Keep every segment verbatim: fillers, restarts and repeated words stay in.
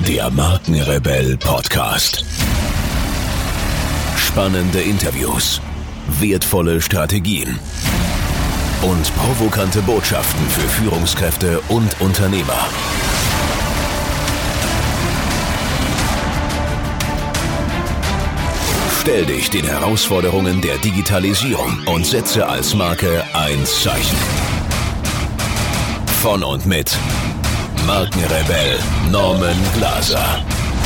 Der Markenrebell Podcast. Spannende Interviews, wertvolle Strategien und provokante Botschaften für Führungskräfte und Unternehmer. Stell dich den Herausforderungen der Digitalisierung und setze als Marke ein Zeichen. Von und mit Markenrebell Norman Glaser.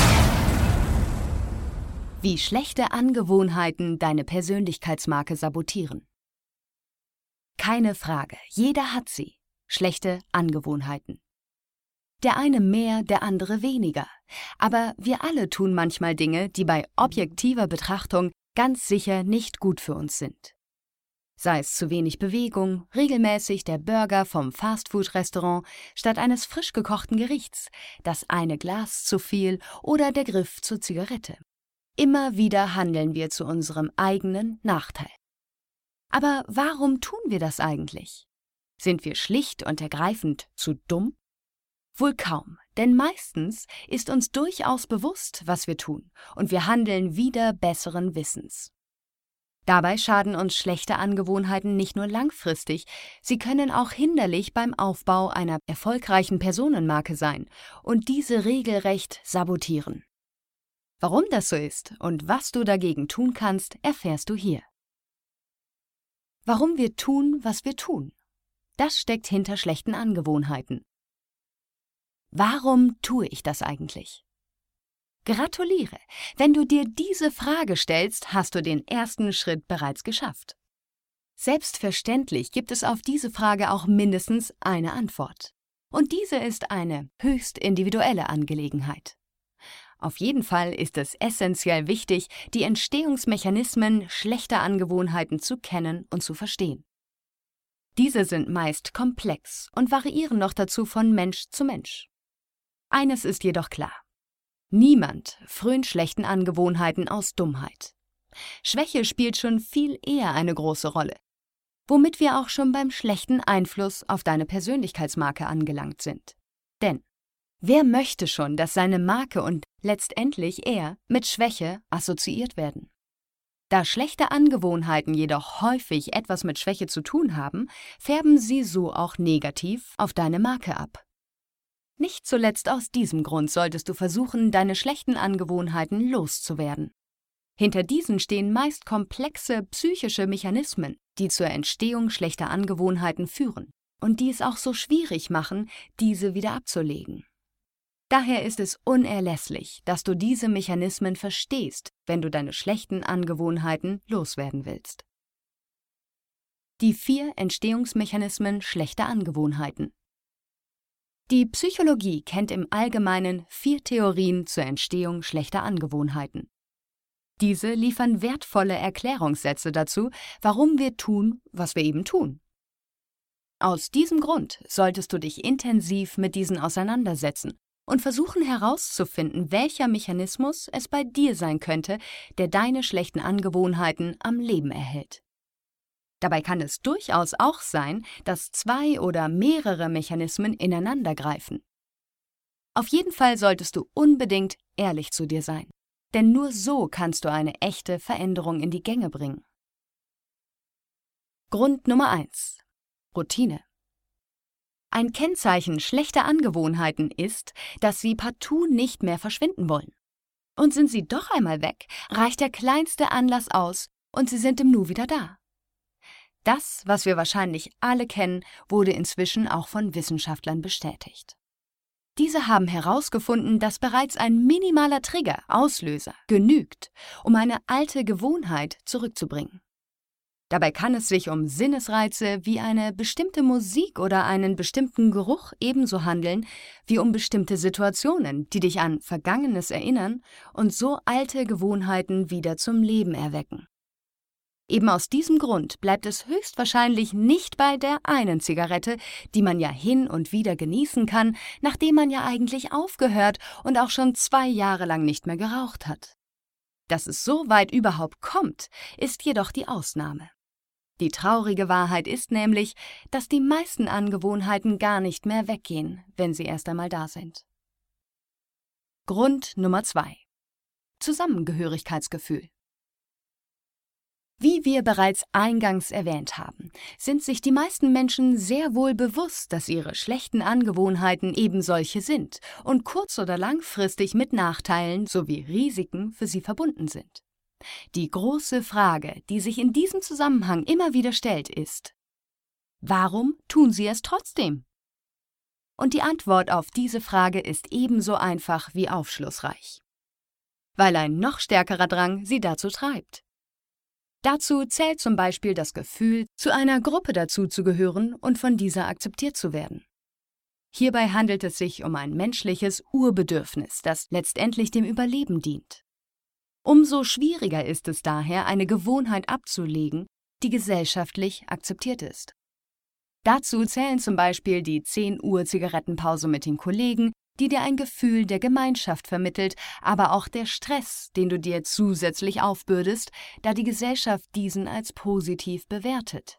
Wie schlechte Angewohnheiten deine Persönlichkeitsmarke sabotieren. Keine Frage, jeder hat sie. Schlechte Angewohnheiten. Der eine mehr, der andere weniger. Aber wir alle tun manchmal Dinge, die bei objektiver Betrachtung ganz sicher nicht gut für uns sind. Sei es zu wenig Bewegung, regelmäßig der Burger vom Fastfood-Restaurant statt eines frisch gekochten Gerichts, das eine Glas zu viel oder der Griff zur Zigarette. Immer wieder handeln wir zu unserem eigenen Nachteil. Aber warum tun wir das eigentlich? Sind wir schlicht und ergreifend zu dumm? Wohl kaum, denn meistens ist uns durchaus bewusst, was wir tun, und wir handeln wider besseren Wissens. Dabei schaden uns schlechte Angewohnheiten nicht nur langfristig, sie können auch hinderlich beim Aufbau einer erfolgreichen Personenmarke sein und diese regelrecht sabotieren. Warum das so ist und was du dagegen tun kannst, erfährst du hier. Warum wir tun, was wir tun. Das steckt hinter schlechten Angewohnheiten. Warum tue ich das eigentlich? Gratuliere! Wenn du dir diese Frage stellst, hast du den ersten Schritt bereits geschafft. Selbstverständlich gibt es auf diese Frage auch mindestens eine Antwort. Und diese ist eine höchst individuelle Angelegenheit. Auf jeden Fall ist es essentiell wichtig, die Entstehungsmechanismen schlechter Angewohnheiten zu kennen und zu verstehen. Diese sind meist komplex und variieren noch dazu von Mensch zu Mensch. Eines ist jedoch klar. Niemand frönt schlechten Angewohnheiten aus Dummheit. Schwäche spielt schon viel eher eine große Rolle, womit wir auch schon beim schlechten Einfluss auf deine Persönlichkeitsmarke angelangt sind. Denn wer möchte schon, dass seine Marke und letztendlich er mit Schwäche assoziiert werden? Da schlechte Angewohnheiten jedoch häufig etwas mit Schwäche zu tun haben, färben sie so auch negativ auf deine Marke ab. Nicht zuletzt aus diesem Grund solltest du versuchen, deine schlechten Angewohnheiten loszuwerden. Hinter diesen stehen meist komplexe psychische Mechanismen, die zur Entstehung schlechter Angewohnheiten führen und die es auch so schwierig machen, diese wieder abzulegen. Daher ist es unerlässlich, dass du diese Mechanismen verstehst, wenn du deine schlechten Angewohnheiten loswerden willst. Die vier Entstehungsmechanismen schlechter Angewohnheiten. Die Psychologie kennt im Allgemeinen vier Theorien zur Entstehung schlechter Angewohnheiten. Diese liefern wertvolle Erklärungssätze dazu, warum wir tun, was wir eben tun. Aus diesem Grund solltest du dich intensiv mit diesen auseinandersetzen und versuchen herauszufinden, welcher Mechanismus es bei dir sein könnte, der deine schlechten Angewohnheiten am Leben erhält. Dabei kann es durchaus auch sein, dass zwei oder mehrere Mechanismen ineinander greifen. Auf jeden Fall solltest du unbedingt ehrlich zu dir sein, denn nur so kannst du eine echte Veränderung in die Gänge bringen. Grund Nummer eins. Routine. Ein Kennzeichen schlechter Angewohnheiten ist, dass sie partout nicht mehr verschwinden wollen. Und sind sie doch einmal weg, reicht der kleinste Anlass aus und sie sind im Nu wieder da. Das, was wir wahrscheinlich alle kennen, wurde inzwischen auch von Wissenschaftlern bestätigt. Diese haben herausgefunden, dass bereits ein minimaler Trigger, Auslöser, genügt, um eine alte Gewohnheit zurückzubringen. Dabei kann es sich um Sinnesreize wie eine bestimmte Musik oder einen bestimmten Geruch ebenso handeln wie um bestimmte Situationen, die dich an Vergangenes erinnern und so alte Gewohnheiten wieder zum Leben erwecken. Eben aus diesem Grund bleibt es höchstwahrscheinlich nicht bei der einen Zigarette, die man ja hin und wieder genießen kann, nachdem man ja eigentlich aufgehört und auch schon zwei Jahre lang nicht mehr geraucht hat. Dass es so weit überhaupt kommt, ist jedoch die Ausnahme. Die traurige Wahrheit ist nämlich, dass die meisten Angewohnheiten gar nicht mehr weggehen, wenn sie erst einmal da sind. Grund Nummer zwei. Zusammengehörigkeitsgefühl. Wie wir bereits eingangs erwähnt haben, sind sich die meisten Menschen sehr wohl bewusst, dass ihre schlechten Angewohnheiten eben solche sind und kurz- oder langfristig mit Nachteilen sowie Risiken für sie verbunden sind. Die große Frage, die sich in diesem Zusammenhang immer wieder stellt, ist: Warum tun sie es trotzdem? Und die Antwort auf diese Frage ist ebenso einfach wie aufschlussreich. Weil ein noch stärkerer Drang sie dazu treibt. Dazu zählt zum Beispiel das Gefühl, zu einer Gruppe dazuzugehören und von dieser akzeptiert zu werden. Hierbei handelt es sich um ein menschliches Urbedürfnis, das letztendlich dem Überleben dient. Umso schwieriger ist es daher, eine Gewohnheit abzulegen, die gesellschaftlich akzeptiert ist. Dazu zählen zum Beispiel die zehn Uhr Zigarettenpause mit den Kollegen, die dir ein Gefühl der Gemeinschaft vermittelt, aber auch der Stress, den du dir zusätzlich aufbürdest, da die Gesellschaft diesen als positiv bewertet.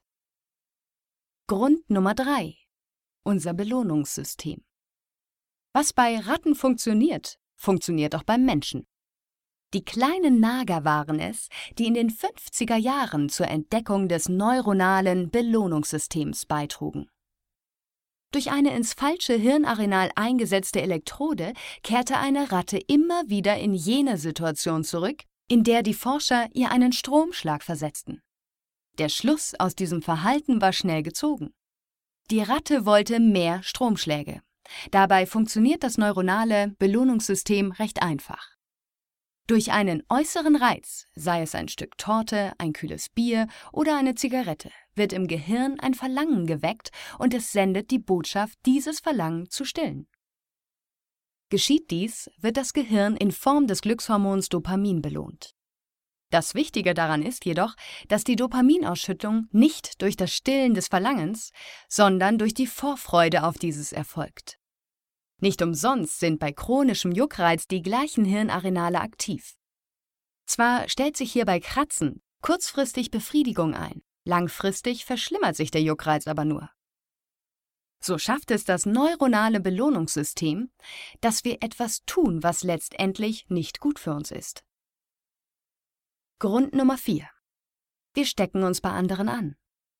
Grund Nummer drei. Unser Belohnungssystem. Was bei Ratten funktioniert, funktioniert auch beim Menschen. Die kleinen Nager waren es, die in den fünfziger Jahren zur Entdeckung des neuronalen Belohnungssystems beitrugen. Durch eine ins falsche Hirnareal eingesetzte Elektrode kehrte eine Ratte immer wieder in jene Situation zurück, in der die Forscher ihr einen Stromschlag versetzten. Der Schluss aus diesem Verhalten war schnell gezogen. Die Ratte wollte mehr Stromschläge. Dabei funktioniert das neuronale Belohnungssystem recht einfach. Durch einen äußeren Reiz, sei es ein Stück Torte, ein kühles Bier oder eine Zigarette, wird im Gehirn ein Verlangen geweckt und es sendet die Botschaft, dieses Verlangen zu stillen. Geschieht dies, wird das Gehirn in Form des Glückshormons Dopamin belohnt. Das Wichtige daran ist jedoch, dass die Dopaminausschüttung nicht durch das Stillen des Verlangens, sondern durch die Vorfreude auf dieses erfolgt. Nicht umsonst sind bei chronischem Juckreiz die gleichen Hirnareale aktiv. Zwar stellt sich hier bei Kratzen kurzfristig Befriedigung ein, langfristig verschlimmert sich der Juckreiz aber nur. So schafft es das neuronale Belohnungssystem, dass wir etwas tun, was letztendlich nicht gut für uns ist. Grund Nummer vier. Wir stecken uns bei anderen an.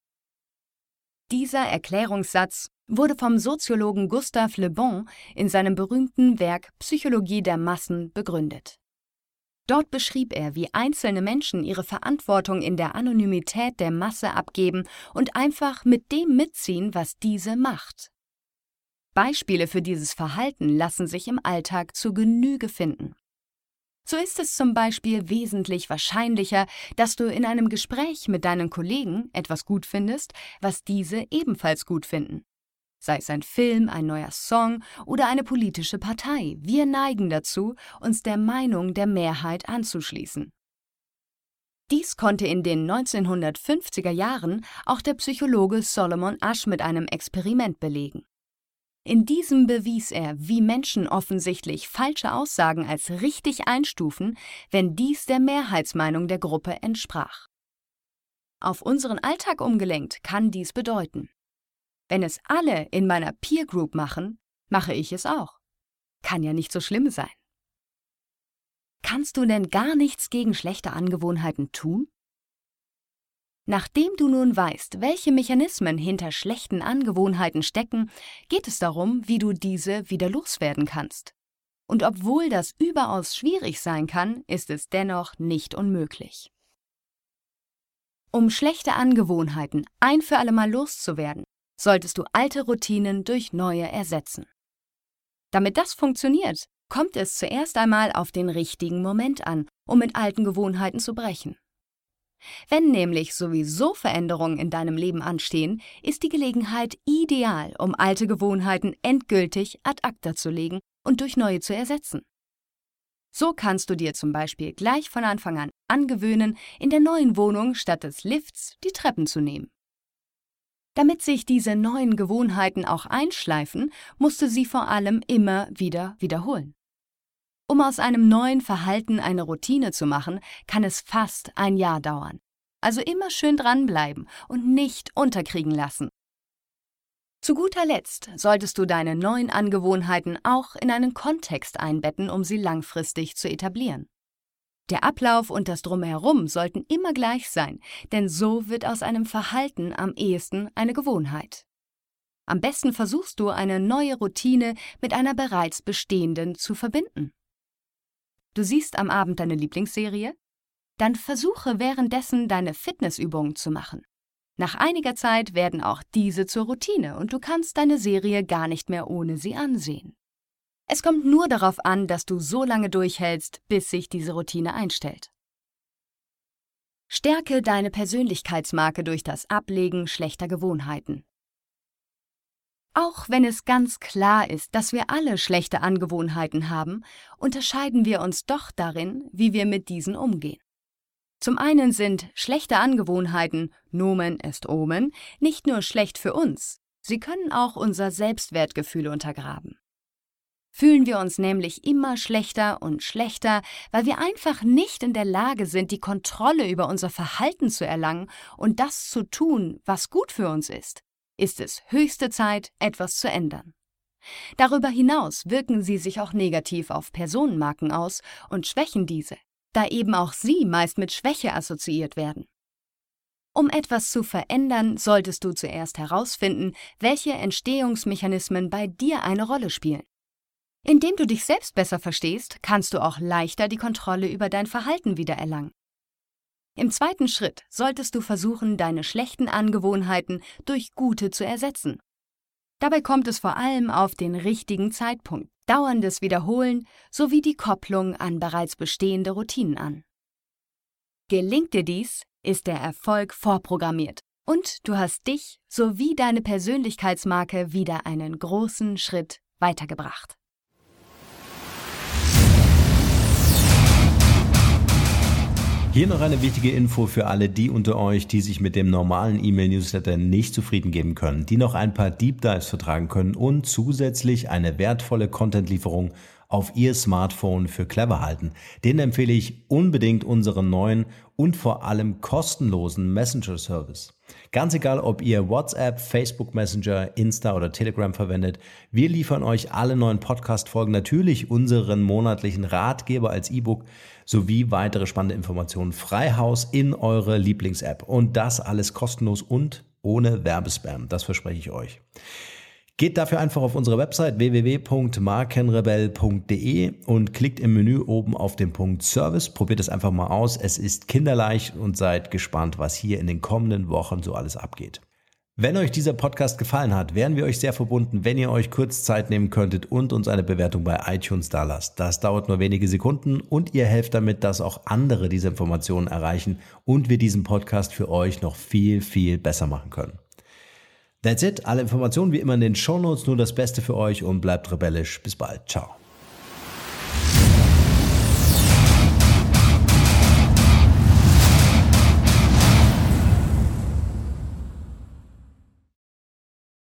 Dieser Erklärungssatz wurde vom Soziologen Gustave Le Bon in seinem berühmten Werk Psychologie der Massen begründet. Dort beschrieb er, wie einzelne Menschen ihre Verantwortung in der Anonymität der Masse abgeben und einfach mit dem mitziehen, was diese macht. Beispiele für dieses Verhalten lassen sich im Alltag zu Genüge finden. So ist es zum Beispiel wesentlich wahrscheinlicher, dass du in einem Gespräch mit deinen Kollegen etwas gut findest, was diese ebenfalls gut finden. Sei es ein Film, ein neuer Song oder eine politische Partei. Wir neigen dazu, uns der Meinung der Mehrheit anzuschließen. Dies konnte in den neunzehnhundertfünfziger Jahren auch der Psychologe Solomon Asch mit einem Experiment belegen. In diesem bewies er, wie Menschen offensichtlich falsche Aussagen als richtig einstufen, wenn dies der Mehrheitsmeinung der Gruppe entsprach. Auf unseren Alltag umgelenkt kann dies bedeuten: Wenn es alle in meiner Peer Group machen, mache ich es auch. Kann ja nicht so schlimm sein. Kannst du denn gar nichts gegen schlechte Angewohnheiten tun? Nachdem du nun weißt, welche Mechanismen hinter schlechten Angewohnheiten stecken, geht es darum, wie du diese wieder loswerden kannst. Und obwohl das überaus schwierig sein kann, ist es dennoch nicht unmöglich. Um schlechte Angewohnheiten ein für alle Mal loszuwerden, solltest du alte Routinen durch neue ersetzen. Damit das funktioniert, kommt es zuerst einmal auf den richtigen Moment an, um mit alten Gewohnheiten zu brechen. Wenn nämlich sowieso Veränderungen in deinem Leben anstehen, ist die Gelegenheit ideal, um alte Gewohnheiten endgültig ad acta zu legen und durch neue zu ersetzen. So kannst du dir zum Beispiel gleich von Anfang an angewöhnen, in der neuen Wohnung statt des Lifts die Treppen zu nehmen. Damit sich diese neuen Gewohnheiten auch einschleifen, musst du sie vor allem immer wieder wiederholen. Um aus einem neuen Verhalten eine Routine zu machen, kann es fast ein Jahr dauern. Also immer schön dranbleiben und nicht unterkriegen lassen. Zu guter Letzt solltest du deine neuen Angewohnheiten auch in einen Kontext einbetten, um sie langfristig zu etablieren. Der Ablauf und das Drumherum sollten immer gleich sein, denn so wird aus einem Verhalten am ehesten eine Gewohnheit. Am besten versuchst du, eine neue Routine mit einer bereits bestehenden zu verbinden. Du siehst am Abend deine Lieblingsserie? Dann versuche währenddessen deine Fitnessübungen zu machen. Nach einiger Zeit werden auch diese zur Routine und du kannst deine Serie gar nicht mehr ohne sie ansehen. Es kommt nur darauf an, dass du so lange durchhältst, bis sich diese Routine einstellt. Stärke deine Persönlichkeitsmarke durch das Ablegen schlechter Gewohnheiten. Auch wenn es ganz klar ist, dass wir alle schlechte Angewohnheiten haben, unterscheiden wir uns doch darin, wie wir mit diesen umgehen. Zum einen sind schlechte Angewohnheiten, Nomen est Omen, nicht nur schlecht für uns, sie können auch unser Selbstwertgefühl untergraben. Fühlen wir uns nämlich immer schlechter und schlechter, weil wir einfach nicht in der Lage sind, die Kontrolle über unser Verhalten zu erlangen und das zu tun, was gut für uns ist, ist es höchste Zeit, etwas zu ändern. Darüber hinaus wirken sie sich auch negativ auf Personenmarken aus und schwächen diese, da eben auch sie meist mit Schwäche assoziiert werden. Um etwas zu verändern, solltest du zuerst herausfinden, welche Entstehungsmechanismen bei dir eine Rolle spielen. Indem du dich selbst besser verstehst, kannst du auch leichter die Kontrolle über dein Verhalten wiedererlangen. Im zweiten Schritt solltest du versuchen, deine schlechten Angewohnheiten durch gute zu ersetzen. Dabei kommt es vor allem auf den richtigen Zeitpunkt, dauerndes Wiederholen sowie die Kopplung an bereits bestehende Routinen an. Gelingt dir dies, ist der Erfolg vorprogrammiert und du hast dich sowie deine Persönlichkeitsmarke wieder einen großen Schritt weitergebracht. Hier noch eine wichtige Info für alle die unter euch, die sich mit dem normalen E-Mail-Newsletter nicht zufrieden geben können, die noch ein paar Deep Dives vertragen können und zusätzlich eine wertvolle Content-Lieferung auf ihr Smartphone für clever halten. Denen empfehle ich unbedingt unseren neuen und vor allem kostenlosen Messenger-Service. Ganz egal, ob ihr WhatsApp, Facebook Messenger, Insta oder Telegram verwendet, wir liefern euch alle neuen Podcast-Folgen, natürlich unseren monatlichen Ratgeber als E-Book sowie weitere spannende Informationen frei Haus in eure Lieblings-App. Und das alles kostenlos und ohne Werbespam, das verspreche ich euch. Geht dafür einfach auf unsere Website w w w punkt markenrebell punkt d e und klickt im Menü oben auf den Punkt Service. Probiert es einfach mal aus. Es ist kinderleicht und seid gespannt, was hier in den kommenden Wochen so alles abgeht. Wenn euch dieser Podcast gefallen hat, wären wir euch sehr verbunden, wenn ihr euch kurz Zeit nehmen könntet und uns eine Bewertung bei iTunes dalasst. Das dauert nur wenige Sekunden und ihr helft damit, dass auch andere diese Informationen erreichen und wir diesen Podcast für euch noch viel, viel besser machen können. That's it. Alle Informationen wie immer in den Shownotes. Nur das Beste für euch und bleibt rebellisch. Bis bald. Ciao.